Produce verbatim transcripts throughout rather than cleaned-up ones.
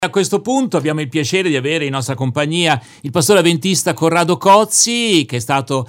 A questo punto abbiamo il piacere di avere in nostra compagnia il pastore avventista Corrado Cozzi, che è stato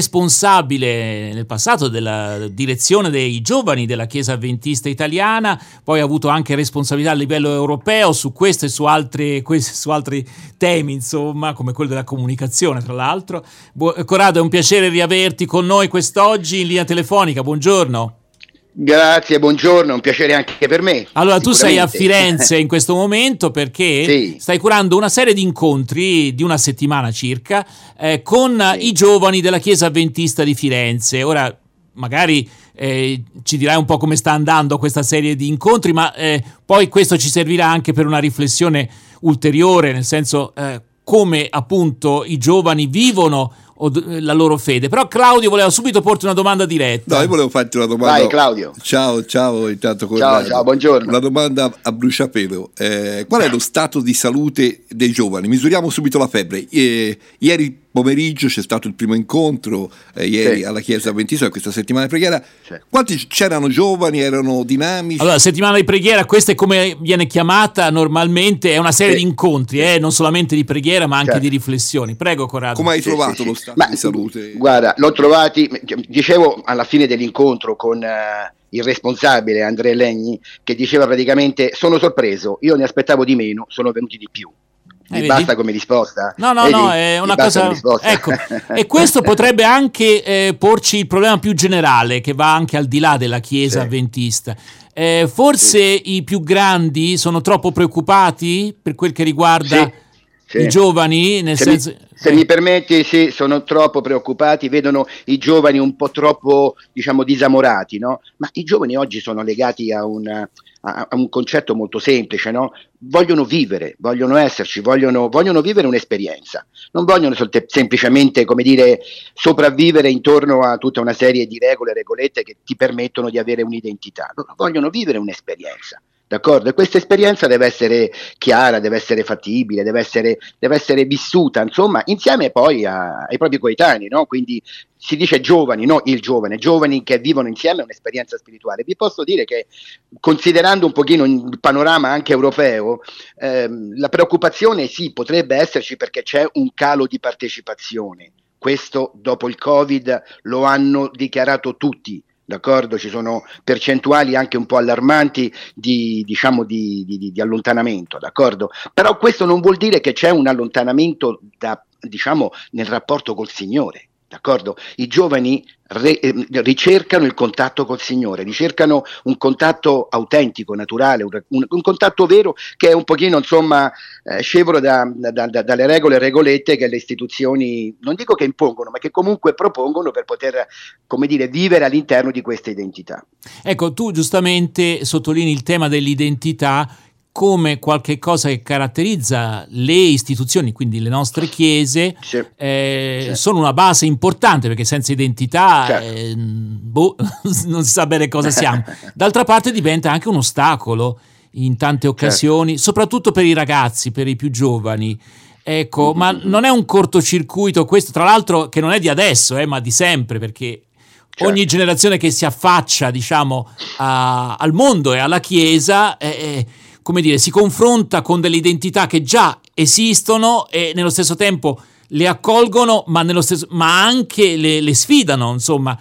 responsabile nel passato della direzione dei giovani della Chiesa Avventista Italiana, poi ha avuto anche responsabilità a livello europeo su questo e su altri, su altri temi, insomma, come quello della comunicazione, tra l'altro. Corrado, è un piacere riaverti con noi quest'oggi in linea telefonica. Buongiorno. Grazie, buongiorno, un piacere anche per me. Allora, tu sei a Firenze in questo momento perché sì. stai curando una serie di incontri di una settimana circa eh, con sì. i giovani della Chiesa Avventista di Firenze. Ora, magari eh, ci dirai un po' come sta andando questa serie di incontri, ma eh, poi questo ci servirà anche per una riflessione ulteriore, nel senso eh, come appunto i giovani vivono la loro fede. Però Claudio voleva subito porti una domanda diretta. No, io volevo farti una domanda. Vai Claudio. Ciao, ciao intanto. Ciao, ciao, buongiorno. Una domanda a bruciapelo. Eh, qual è lo stato di salute dei giovani? Misuriamo subito la febbre. Eh, ieri pomeriggio c'è stato il primo incontro, eh, ieri sì. alla Chiesa Avventista, questa settimana di preghiera. Sì. Quanti c'erano giovani? Erano dinamici? Allora, settimana di preghiera, questa è come viene chiamata normalmente, è una serie sì. di incontri, eh, non solamente di preghiera ma anche certo. di riflessioni. Prego Corrado. Come hai sì, trovato sì, lo sì. stato Ma, di salute? Guarda, l'ho trovati, dicevo alla fine dell'incontro con uh, il responsabile Andrea Legni, che diceva praticamente: sono sorpreso, io ne aspettavo di meno, sono venuti di più. Mi eh, basta come risposta? No, no, vedi? no, è una cosa. Ecco, e questo potrebbe anche eh, porci il problema più generale, che va anche al di là della Chiesa sì. Avventista. Eh, forse sì. i più grandi sono troppo preoccupati per quel che riguarda sì. Sì. i giovani, nel se senso. Mi, se eh. mi permetti, sì, sono troppo preoccupati, vedono i giovani un po' troppo, diciamo, disamorati, no? Ma i giovani oggi sono legati a un, a, a un concetto molto semplice, no? Vogliono vivere, vogliono esserci, vogliono, vogliono vivere un'esperienza, non vogliono solte, semplicemente, come dire, sopravvivere intorno a tutta una serie di regole, regolette che ti permettono di avere un'identità, loro vogliono vivere un'esperienza. D'accordo? E questa esperienza deve essere chiara, deve essere fattibile, deve essere, deve essere vissuta, insomma, insieme poi a, ai propri coetanei, no? Quindi si dice giovani, no il giovane, giovani che vivono insieme un'esperienza spirituale. Vi posso dire che, considerando un pochino il panorama anche europeo, ehm, la preoccupazione sì, potrebbe esserci perché c'è un calo di partecipazione. Questo dopo il Covid lo hanno dichiarato tutti. D'accordo? Ci sono percentuali anche un po' allarmanti di, diciamo, di, di, di allontanamento, d'accordo? Però questo non vuol dire che c'è un allontanamento da, diciamo, nel rapporto col Signore, d'accordo? I giovani re, eh, ricercano il contatto col Signore, ricercano un contatto autentico, naturale, un, un, un contatto vero che è un pochino, insomma, eh, scevro da, da, da, dalle regole e regolette che le istituzioni, non dico che impongono, ma che comunque propongono per poter, come dire, vivere all'interno di questa identità. Ecco, tu giustamente sottolinei il tema dell'identità come qualche cosa che caratterizza le istituzioni, quindi le nostre chiese, sì, eh, sì. sono una base importante, perché senza identità certo. eh, boh, non si sa bene cosa siamo. D'altra parte diventa anche un ostacolo in tante occasioni, certo. soprattutto per i ragazzi, per i più giovani. Ecco, mm-hmm. ma non è un cortocircuito questo, tra l'altro, che non è di adesso, eh, ma di sempre, perché certo. ogni generazione che si affaccia, diciamo, a, al mondo e alla Chiesa eh, come dire, si confronta con delle identità che già esistono e nello stesso tempo le accolgono, ma, nello stesso, ma anche le, le sfidano, insomma.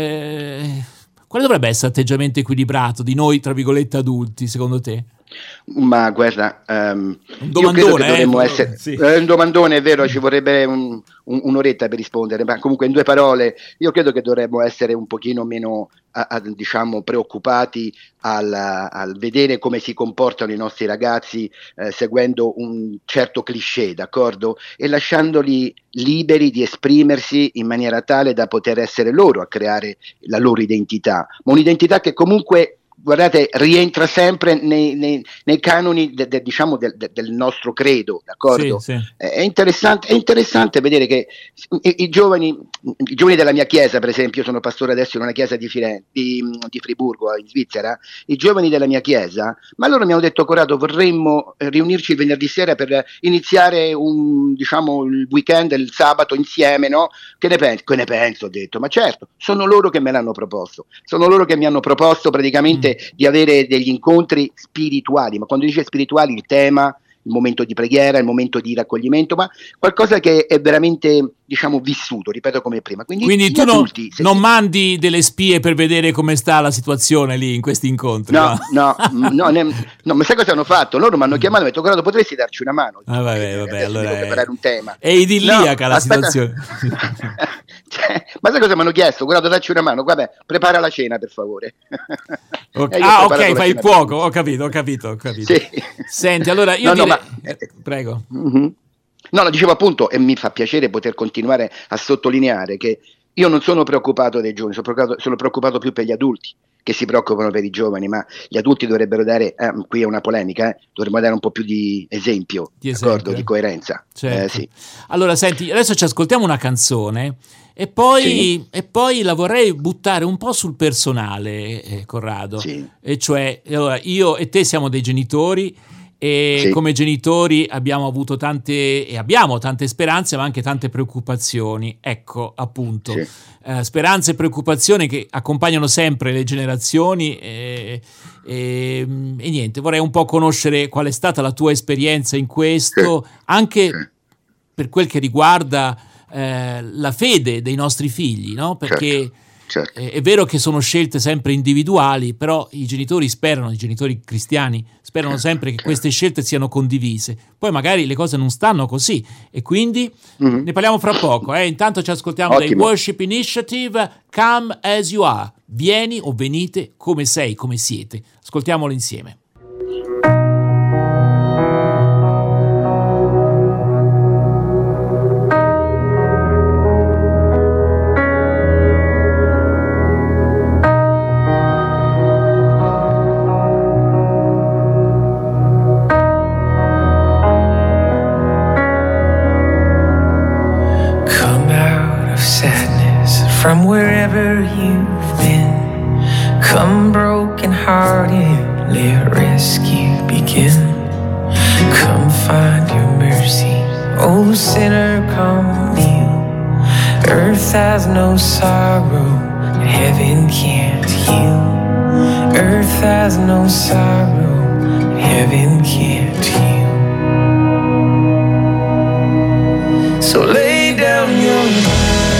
Eh, quale dovrebbe essere l'atteggiamento equilibrato di noi, tra virgolette, adulti, secondo te? Ma guarda, um, un io credo che eh, dovremmo eh, essere sì. eh, un domandone, è vero, ci vorrebbe un, un, un'oretta per rispondere, ma comunque in due parole io credo che dovremmo essere un pochino meno a, a, diciamo preoccupati al, al vedere come si comportano i nostri ragazzi eh, seguendo un certo cliché, d'accordo? E lasciandoli liberi di esprimersi in maniera tale da poter essere loro a creare la loro identità, ma un'identità che comunque, guardate, rientra sempre nei, nei, nei canoni de, de, diciamo del, de, del nostro credo, d'accordo? Sì, sì. È interessante, è interessante vedere che i, i giovani, i giovani della mia chiesa, per esempio, io sono pastore adesso in una chiesa di, Firenze, di, di Friburgo, in Svizzera, i giovani della mia chiesa, ma loro mi hanno detto: Corrado, vorremmo riunirci il venerdì sera per iniziare un, diciamo, il weekend, il sabato insieme, no? Che ne pensi? Che ne penso? Ho detto, ma certo, sono loro che me l'hanno proposto, sono loro che mi hanno proposto praticamente mm. di avere degli incontri spirituali, ma quando dice spirituali il tema il momento di preghiera, il momento di raccoglimento, ma qualcosa che è veramente, diciamo, vissuto, ripeto come prima. Quindi, Quindi tu adulti, non, non si... mandi delle spie per vedere come sta la situazione lì in questi incontri? No, no, no, no, ne, no, ma sai cosa hanno fatto? Loro mi hanno chiamato e mi hanno detto: Corrado, potresti darci una mano? Ah, vabbè, vabbè, allora devo preparare un tema. È idilliaca no, la aspetta. situazione. Cioè, ma sai cosa mi hanno chiesto? Guarda, dacci una mano. Vabbè, prepara la cena, per favore. Okay. Ah, ok, fai il cuoco. Ho capito, ho capito, ho capito. Sì. Senti, allora io no, direi... no, ma... eh, prego. Mm-hmm. No, lo dicevo appunto, e mi fa piacere poter continuare a sottolineare che io non sono preoccupato dei giovani, sono preoccupato, sono preoccupato più per gli adulti che si preoccupano per i giovani, ma gli adulti dovrebbero dare, eh, qui è una polemica, eh, dovremmo dare un po' più di esempio, di, esempio, eh? di coerenza. Certo. Eh, sì. Allora, senti, adesso ci ascoltiamo una canzone e poi, sì. e poi la vorrei buttare un po' sul personale, eh, Corrado, sì. e cioè, allora, io e te siamo dei genitori, e sì. come genitori abbiamo avuto tante e abbiamo tante speranze ma anche tante preoccupazioni, ecco appunto sì. eh, speranze e preoccupazioni che accompagnano sempre le generazioni e, e, e niente, vorrei un po' conoscere qual è stata la tua esperienza in questo, sì. anche sì. per quel che riguarda eh, la fede dei nostri figli, no? Perché certo. Certo. È vero che sono scelte sempre individuali, però i genitori sperano, i genitori cristiani sperano certo, sempre che certo. queste scelte siano condivise. Poi magari le cose non stanno così e quindi mm-hmm. ne parliamo fra poco. Eh. Intanto ci ascoltiamo Ottimo. dai Worship Initiative, Come As You Are. Vieni o venite come sei, come siete. Ascoltiamolo insieme. From wherever you've been, come broken hearted, let rescue begin. Come find your mercy, oh sinner, come kneel. Earth has no sorrow, heaven can't heal. Earth has no sorrow, heaven can't heal. So lay down your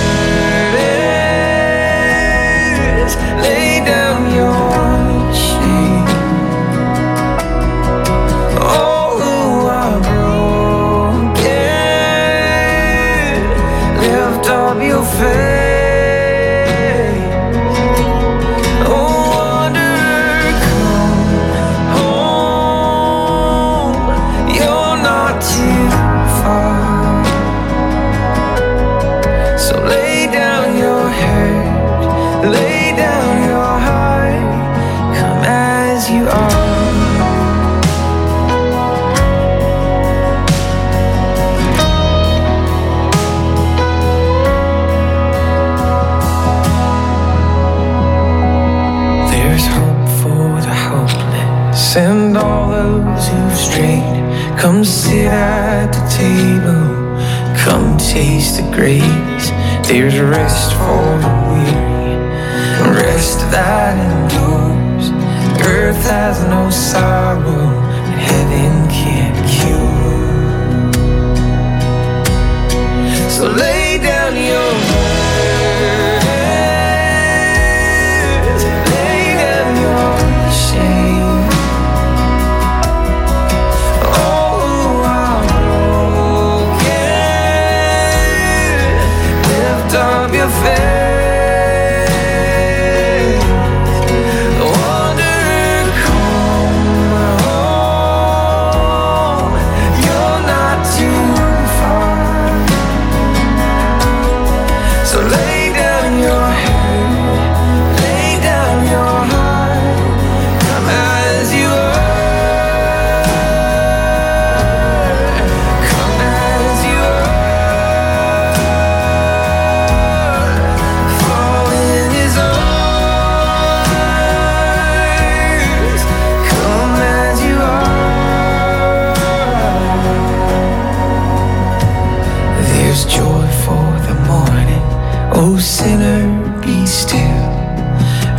send all those who've strayed. Come sit at the table, come taste the grace. There's rest for the weary, rest that endures. Earth has no sorrow, and heaven can't cure. So lay down your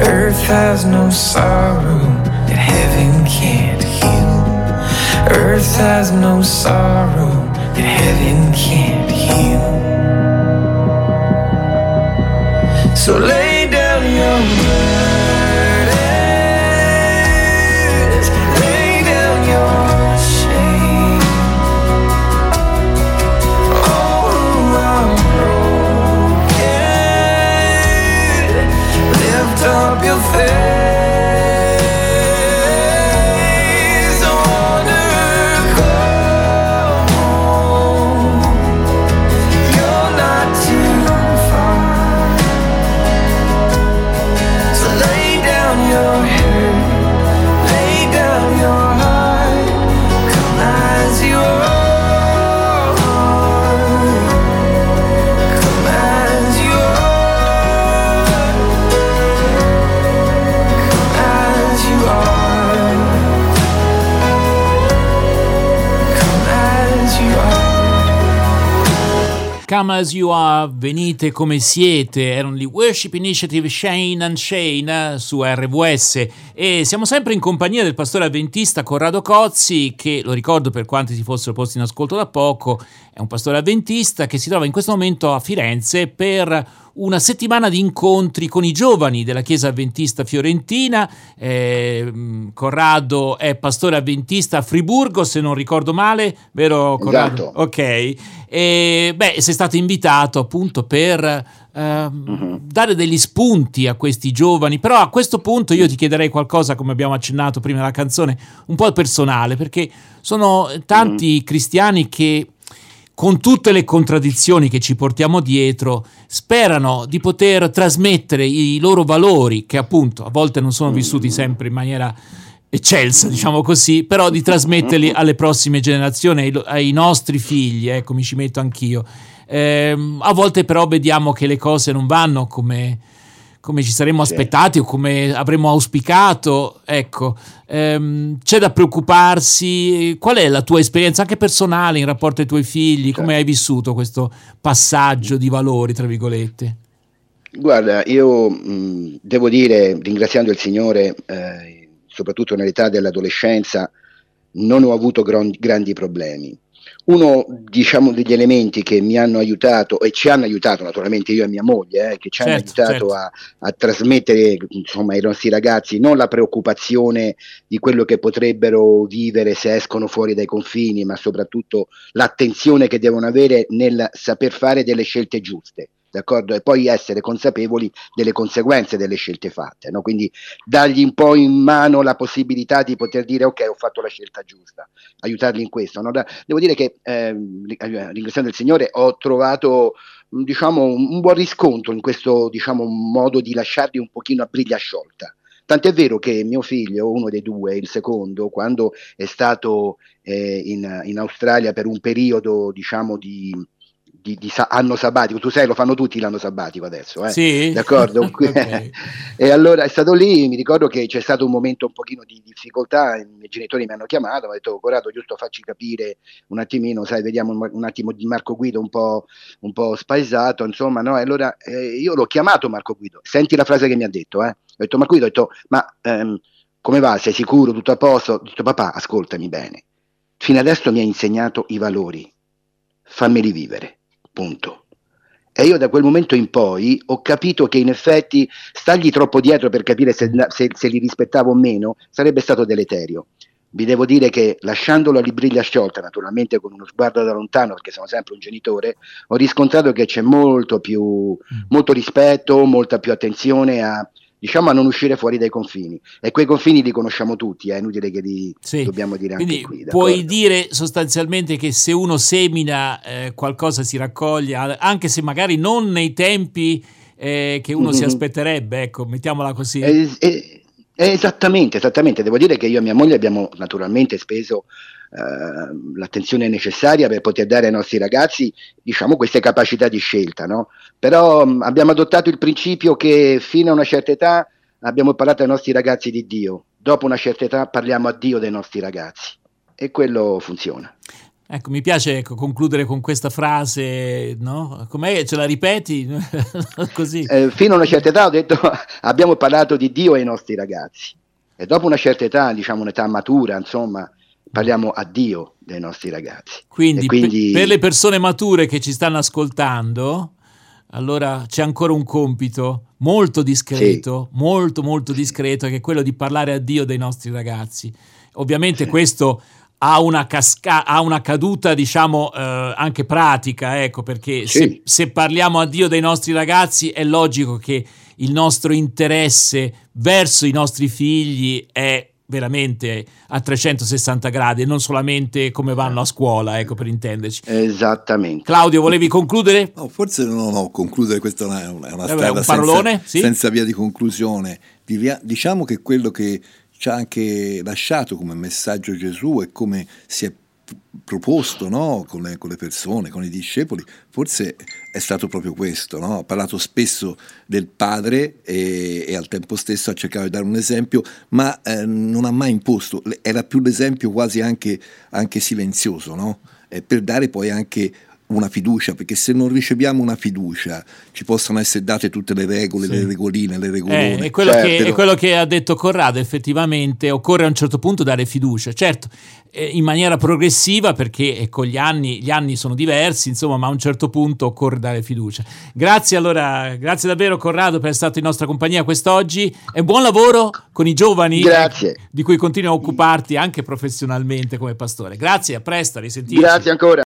has no sorrow that heaven can't heal. Earth earth has no sorrow that heaven can't heal. So lay down your burdens, lay down your shame. Oh, I'm broken. Lift up your face. Come as you are, venite come siete, erano gli Worship Initiative Shane and Shane su R W S e siamo sempre in compagnia del pastore avventista Corrado Cozzi, che lo ricordo per quanti si fossero posti in ascolto da poco, è un pastore avventista che si trova in questo momento a Firenze per una settimana di incontri con i giovani della Chiesa Avventista Fiorentina. eh, Corrado è pastore avventista a Friburgo, se non ricordo male, vero Corrado? Esatto. Ok, e beh, sei stato invitato appunto per eh, uh-huh. dare degli spunti a questi giovani, però a questo punto io ti chiederei qualcosa, come abbiamo accennato prima della canzone, un po' personale, perché sono tanti uh-huh. cristiani che, con tutte le contraddizioni che ci portiamo dietro, sperano di poter trasmettere i loro valori, che appunto a volte non sono vissuti sempre in maniera eccelsa, diciamo così, però di trasmetterli alle prossime generazioni, ai, ai nostri figli, ecco, mi ci metto anch'io. Eh, a volte però vediamo che le cose non vanno come, come ci saremmo aspettati o come avremmo auspicato, ecco. Ehm, c'è da preoccuparsi. Qual è la tua esperienza anche personale in rapporto ai tuoi figli? Come hai vissuto questo passaggio di valori, tra virgolette? Guarda, io mh, devo dire, ringraziando il Signore, eh, soprattutto nell'età dell'adolescenza, non ho avuto gran, grandi problemi. Uno, diciamo, degli elementi che mi hanno aiutato e ci hanno aiutato, naturalmente io e mia moglie, eh, che ci hanno certo, aiutato certo. a, a trasmettere, insomma, ai nostri ragazzi non la preoccupazione di quello che potrebbero vivere se escono fuori dai confini, ma soprattutto l'attenzione che devono avere nel saper fare delle scelte giuste. D'accordo? E poi essere consapevoli delle conseguenze delle scelte fatte, no? Quindi dargli un po' in mano la possibilità di poter dire ok, ho fatto la scelta giusta, aiutarli in questo, no? Da, devo dire che eh, ringraziando il Signore ho trovato, diciamo, un, un buon riscontro in questo, diciamo, modo di lasciarli un pochino a briglia sciolta. Tant'è vero che mio figlio, uno dei due, il secondo, quando è stato eh, in, in Australia per un periodo, diciamo, di Di, di sa- anno sabbatico, tu sai, lo fanno tutti l'anno sabbatico adesso, eh? Sì? D'accordo? Okay. E allora è stato lì, mi ricordo che c'è stato un momento un pochino di difficoltà, i miei genitori mi hanno chiamato, mi hanno detto Corrado, giusto facci capire un attimino, sai, vediamo un, un attimo di Marco Guido un po', un po' spaesato, insomma, no? E allora eh, io l'ho chiamato Marco Guido, senti la frase che mi ha detto, eh? Ho detto Marco Guido, ho detto, ma ehm, come va, sei sicuro, tutto a posto? Ho detto papà, ascoltami bene, fino adesso mi hai insegnato i valori, fammeli vivere. Punto. E io da quel momento in poi ho capito che in effetti stargli troppo dietro per capire se, se, se li rispettavo o meno sarebbe stato deleterio. Vi devo dire che lasciandolo a briglia sciolta, naturalmente con uno sguardo da lontano, perché sono sempre un genitore, ho riscontrato che c'è molto più, molto rispetto, molta più attenzione a, diciamo, a non uscire fuori dai confini, e quei confini li conosciamo tutti, è inutile che li sì. dobbiamo dire Quindi anche qui. Puoi d'accordo? dire sostanzialmente che se uno semina eh, qualcosa si raccoglie, anche se magari non nei tempi eh, che uno mm-hmm. si aspetterebbe, ecco, mettiamola così. Eh, eh, esattamente, esattamente, devo dire che io e mia moglie abbiamo naturalmente speso Uh, l'attenzione necessaria per poter dare ai nostri ragazzi, diciamo, queste capacità di scelta, no? Però um, abbiamo adottato il principio che fino a una certa età abbiamo parlato ai nostri ragazzi di Dio, dopo una certa età parliamo a Dio dei nostri ragazzi, e quello funziona. Ecco, mi piace ecco, concludere con questa frase, no? Com'è? Ce la ripeti? Così. Eh, fino a una certa età ho detto abbiamo parlato di Dio ai nostri ragazzi, e dopo una certa età, diciamo un'età matura, insomma, parliamo a Dio dei nostri ragazzi. Quindi, quindi... Per, per le persone mature che ci stanno ascoltando, allora c'è ancora un compito molto discreto, sì. molto molto discreto, che è quello di parlare a Dio dei nostri ragazzi. Ovviamente sì. questo ha una, casca- ha una caduta, diciamo, eh, anche pratica, ecco, perché sì. se, se parliamo a Dio dei nostri ragazzi è logico che il nostro interesse verso i nostri figli è veramente a trecentosessanta gradi e non solamente come vanno a scuola, ecco, per intenderci. Esattamente. Claudio, volevi concludere? No, forse no, no, concludere questa è una, è una strada un parolone, senza, sì? senza via di conclusione. Diciamo che quello che ci ha anche lasciato come messaggio Gesù e come si è proposto, no? con, le, con le persone, con i discepoli, forse è stato proprio questo, no? Ha parlato spesso del padre e, e al tempo stesso ha cercato di dare un esempio, ma eh, non ha mai imposto, era più l'esempio quasi anche, anche silenzioso, no? Eh, per dare poi anche una fiducia, perché se non riceviamo una fiducia ci possono essere date tutte le regole, sì. le regoline, le regolone. Eh, è, quello certo. che, è quello che ha detto Corrado, effettivamente occorre a un certo punto dare fiducia, certo eh, in maniera progressiva, perché eh, con gli anni, gli anni sono diversi, insomma, ma a un certo punto occorre dare fiducia. Grazie allora, grazie davvero Corrado per essere stato in nostra compagnia quest'oggi e buon lavoro con i giovani grazie. di cui continui a occuparti anche professionalmente come pastore. Grazie, a presto, a risentirci. Grazie ancora.